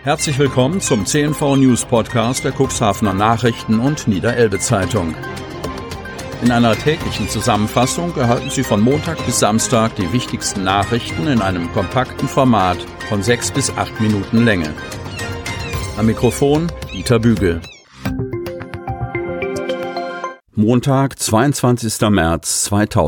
Herzlich willkommen zum CNV News Podcast der Cuxhavener Nachrichten und Niederelbe Zeitung. In einer täglichen Zusammenfassung erhalten Sie von Montag bis Samstag die wichtigsten Nachrichten in einem kompakten Format von 6 bis 8 Minuten Länge. Am Mikrofon Dieter Bügel. Montag, 22. März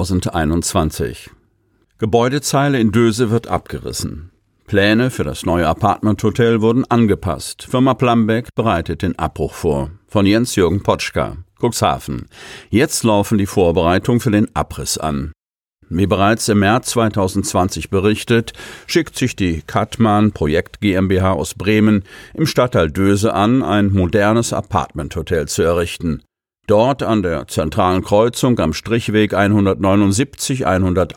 2021. Gebäudezeile in Döse wird abgerissen. Pläne für das neue Apartmenthotel wurden angepasst. Firma Plambeck bereitet den Abbruch vor. Von Jens-Jürgen Potschka, Cuxhaven. Jetzt laufen die Vorbereitungen für den Abriss an. Wie bereits im März 2020 berichtet, schickt sich die Kattmann Projekt GmbH aus Bremen im Stadtteil Döse an, ein modernes Apartmenthotel zu errichten. Dort an der zentralen Kreuzung am Strichweg 179,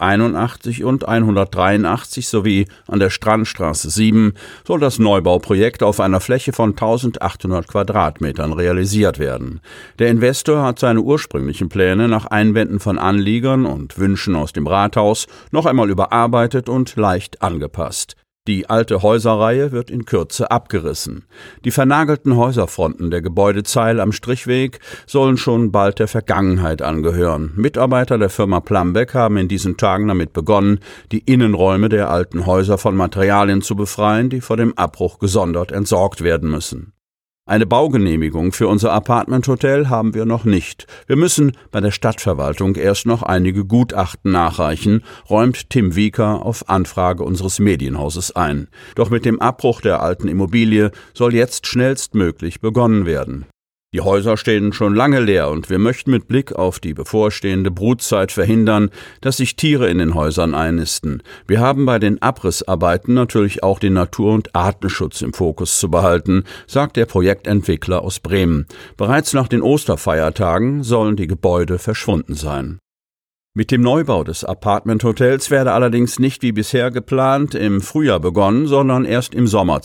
181 und 183 sowie an der Strandstraße 7 soll das Neubauprojekt auf einer Fläche von 1800 Quadratmetern realisiert werden. Der Investor hat seine ursprünglichen Pläne nach Einwänden von Anliegern und Wünschen aus dem Rathaus noch einmal überarbeitet und leicht angepasst. Die alte Häuserreihe wird in Kürze abgerissen. Die vernagelten Häuserfronten der Gebäudezeile am Strichweg sollen schon bald der Vergangenheit angehören. Mitarbeiter der Firma Plambeck haben in diesen Tagen damit begonnen, die Innenräume der alten Häuser von Materialien zu befreien, die vor dem Abbruch gesondert entsorgt werden müssen. Eine Baugenehmigung für unser Apartmenthotel haben wir noch nicht. Wir müssen bei der Stadtverwaltung erst noch einige Gutachten nachreichen, räumt Tim Wieker auf Anfrage unseres Medienhauses ein. Doch mit dem Abbruch der alten Immobilie soll jetzt schnellstmöglich begonnen werden. Die Häuser stehen schon lange leer und wir möchten mit Blick auf die bevorstehende Brutzeit verhindern, dass sich Tiere in den Häusern einnisten. Wir haben bei den Abrissarbeiten natürlich auch den Natur- und Artenschutz im Fokus zu behalten, sagt der Projektentwickler aus Bremen. Bereits nach den Osterfeiertagen sollen die Gebäude verschwunden sein. Mit dem Neubau des Apartmenthotels werde allerdings nicht wie bisher geplant im Frühjahr begonnen, sondern erst im Sommer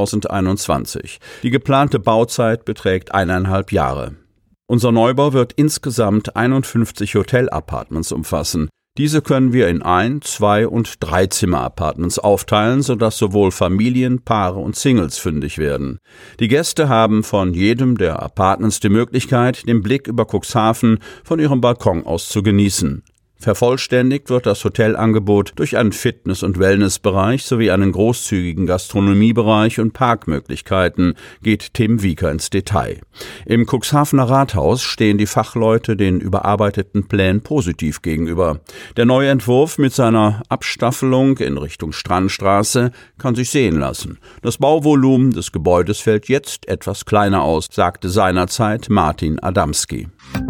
2021. Die geplante Bauzeit beträgt 1,5 Jahre. Unser Neubau wird insgesamt 51 Hotel-Apartments umfassen. Diese können wir in 1-, 2- und 3-Zimmer-Apartments aufteilen, sodass sowohl Familien, Paare und Singles fündig werden. Die Gäste haben von jedem der Apartments die Möglichkeit, den Blick über Cuxhaven von ihrem Balkon aus zu genießen. Vervollständigt wird das Hotelangebot durch einen Fitness- und Wellnessbereich sowie einen großzügigen Gastronomiebereich und Parkmöglichkeiten, geht Tim Wieker ins Detail. Im Cuxhavener Rathaus stehen die Fachleute den überarbeiteten Plänen positiv gegenüber. Der neue Entwurf mit seiner Abstaffelung in Richtung Strandstraße kann sich sehen lassen. Das Bauvolumen des Gebäudes fällt jetzt etwas kleiner aus, sagte seinerzeit Martin Adamski.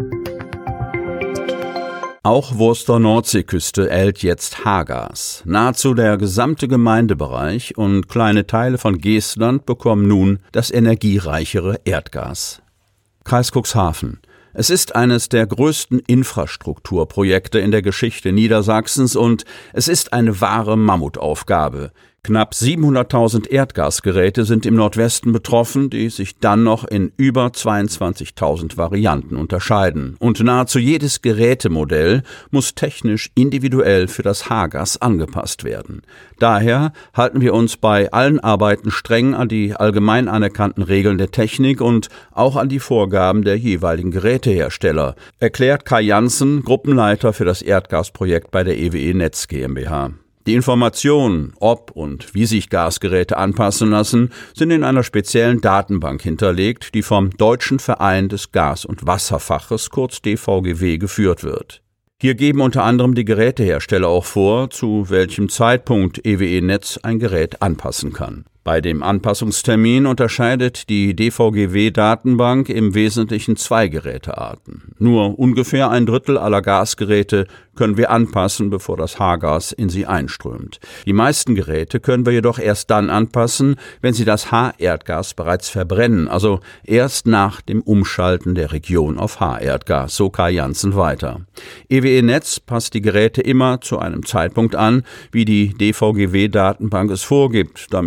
Auch Wurster Nordseeküste erhält jetzt H-Gas. Nahezu der gesamte Gemeindebereich und kleine Teile von Geestland bekommen nun das energiereichere Erdgas. Kreis Cuxhaven. Es ist eines der größten Infrastrukturprojekte in der Geschichte Niedersachsens und es ist eine wahre Mammutaufgabe. Knapp 700.000 Erdgasgeräte sind im Nordwesten betroffen, die sich dann noch in über 22.000 Varianten unterscheiden. Und nahezu jedes Gerätemodell muss technisch individuell für das H-Gas angepasst werden. Daher halten wir uns bei allen Arbeiten streng an die allgemein anerkannten Regeln der Technik und auch an die Vorgaben der jeweiligen Gerätehersteller, erklärt Kai Janssen, Gruppenleiter für das Erdgasprojekt bei der EWE Netz GmbH. Die Informationen, ob und wie sich Gasgeräte anpassen lassen, sind in einer speziellen Datenbank hinterlegt, die vom Deutschen Verein des Gas- und Wasserfaches, kurz DVGW, geführt wird. Hier geben unter anderem die Gerätehersteller auch vor, zu welchem Zeitpunkt EWE Netz ein Gerät anpassen kann. Bei dem Anpassungstermin unterscheidet die DVGW-Datenbank im Wesentlichen 2 Gerätearten. Nur ungefähr 1/3 aller Gasgeräte können wir anpassen, bevor das H-Gas in sie einströmt. Die meisten Geräte können wir jedoch erst dann anpassen, wenn sie das H-Erdgas bereits verbrennen, also erst nach dem Umschalten der Region auf H-Erdgas, so Kai Janssen weiter. EWE Netz passt die Geräte immer zu einem Zeitpunkt an, wie die DVGW-Datenbank es vorgibt, damit für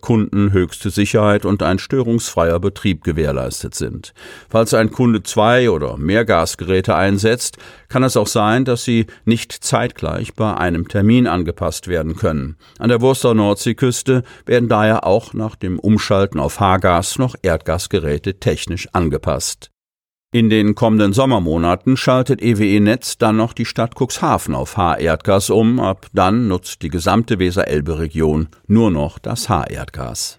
Kunden höchste Sicherheit und ein störungsfreier Betrieb gewährleistet sind. Falls ein Kunde 2 oder mehr Gasgeräte einsetzt, kann es auch sein, dass sie nicht zeitgleich bei einem Termin angepasst werden können. An der Wurster Nordseeküste werden daher auch nach dem Umschalten auf H-Gas noch Erdgasgeräte technisch angepasst. In den kommenden Sommermonaten schaltet EWE Netz dann noch die Stadt Cuxhaven auf H-Erdgas um. Ab dann nutzt die gesamte Weser-Elbe-Region nur noch das H-Erdgas.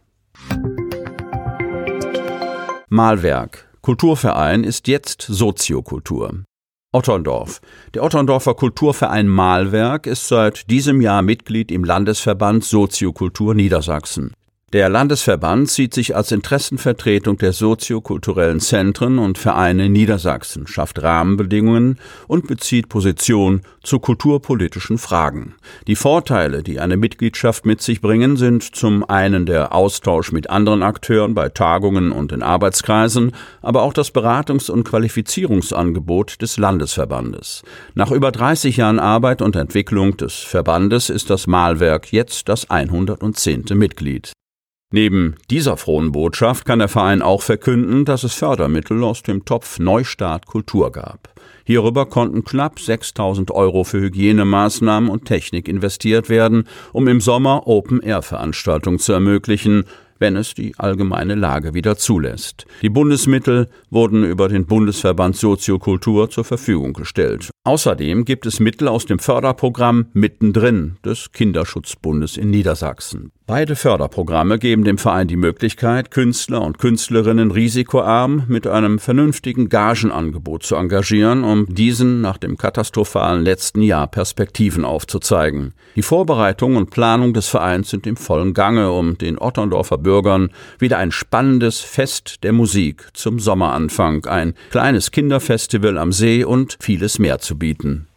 Malwerk. Kulturverein ist jetzt Soziokultur. Otterndorf. Der Otterndorfer Kulturverein Malwerk ist seit diesem Jahr Mitglied im Landesverband Soziokultur Niedersachsen. Der Landesverband sieht sich als Interessenvertretung der soziokulturellen Zentren und Vereine Niedersachsen, schafft Rahmenbedingungen und bezieht Position zu kulturpolitischen Fragen. Die Vorteile, die eine Mitgliedschaft mit sich bringen, sind zum einen der Austausch mit anderen Akteuren bei Tagungen und in Arbeitskreisen, aber auch das Beratungs- und Qualifizierungsangebot des Landesverbandes. Nach über 30 Jahren Arbeit und Entwicklung des Verbandes ist das Malwerk jetzt das 110. Mitglied. Neben dieser frohen Botschaft kann der Verein auch verkünden, dass es Fördermittel aus dem Topf Neustart Kultur gab. Hierüber konnten knapp 6.000 € für Hygienemaßnahmen und Technik investiert werden, um im Sommer Open-Air-Veranstaltungen zu ermöglichen, wenn es die allgemeine Lage wieder zulässt. Die Bundesmittel wurden über den Bundesverband Soziokultur zur Verfügung gestellt. Außerdem gibt es Mittel aus dem Förderprogramm Mittendrin des Kinderschutzbundes in Niedersachsen. Beide Förderprogramme geben dem Verein die Möglichkeit, Künstler und Künstlerinnen risikoarm mit einem vernünftigen Gagenangebot zu engagieren, um diesen nach dem katastrophalen letzten Jahr Perspektiven aufzuzeigen. Die Vorbereitung und Planung des Vereins sind im vollen Gange, um den Otterndorfer Bürgern wieder ein spannendes Fest der Musik zum Sommeranfang, ein kleines Kinderfestival am See und vieles mehr zu bieten.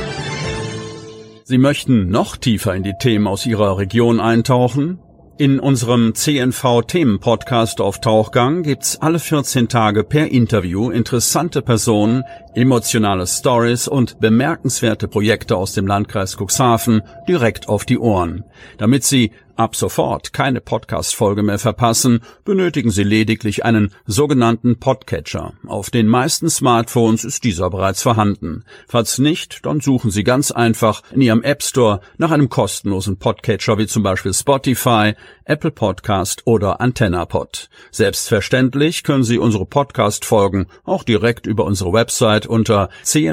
Sie möchten noch tiefer in die Themen aus Ihrer Region eintauchen? In unserem CNV-Themen-Podcast auf Tauchgang gibt's alle 14 Tage per Interview interessante Personen, emotionale Stories und bemerkenswerte Projekte aus dem Landkreis Cuxhaven direkt auf die Ohren. Damit Sie ab sofort keine Podcast-Folge mehr verpassen, benötigen Sie lediglich einen sogenannten Podcatcher. Auf den meisten Smartphones ist dieser bereits vorhanden. Falls nicht, dann suchen Sie ganz einfach in Ihrem App Store nach einem kostenlosen Podcatcher wie zum Beispiel Spotify, Apple Podcast oder AntennaPod. Selbstverständlich können Sie unsere Podcast-Folgen auch direkt über unsere Website unter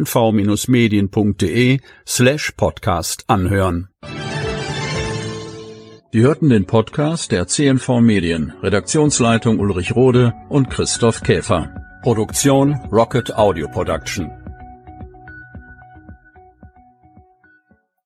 cnv-medien.de/podcast anhören. Sie hörten den Podcast der CNV Medien, Redaktionsleitung Ulrich Rode und Christoph Käfer. Produktion Rocket Audio Production.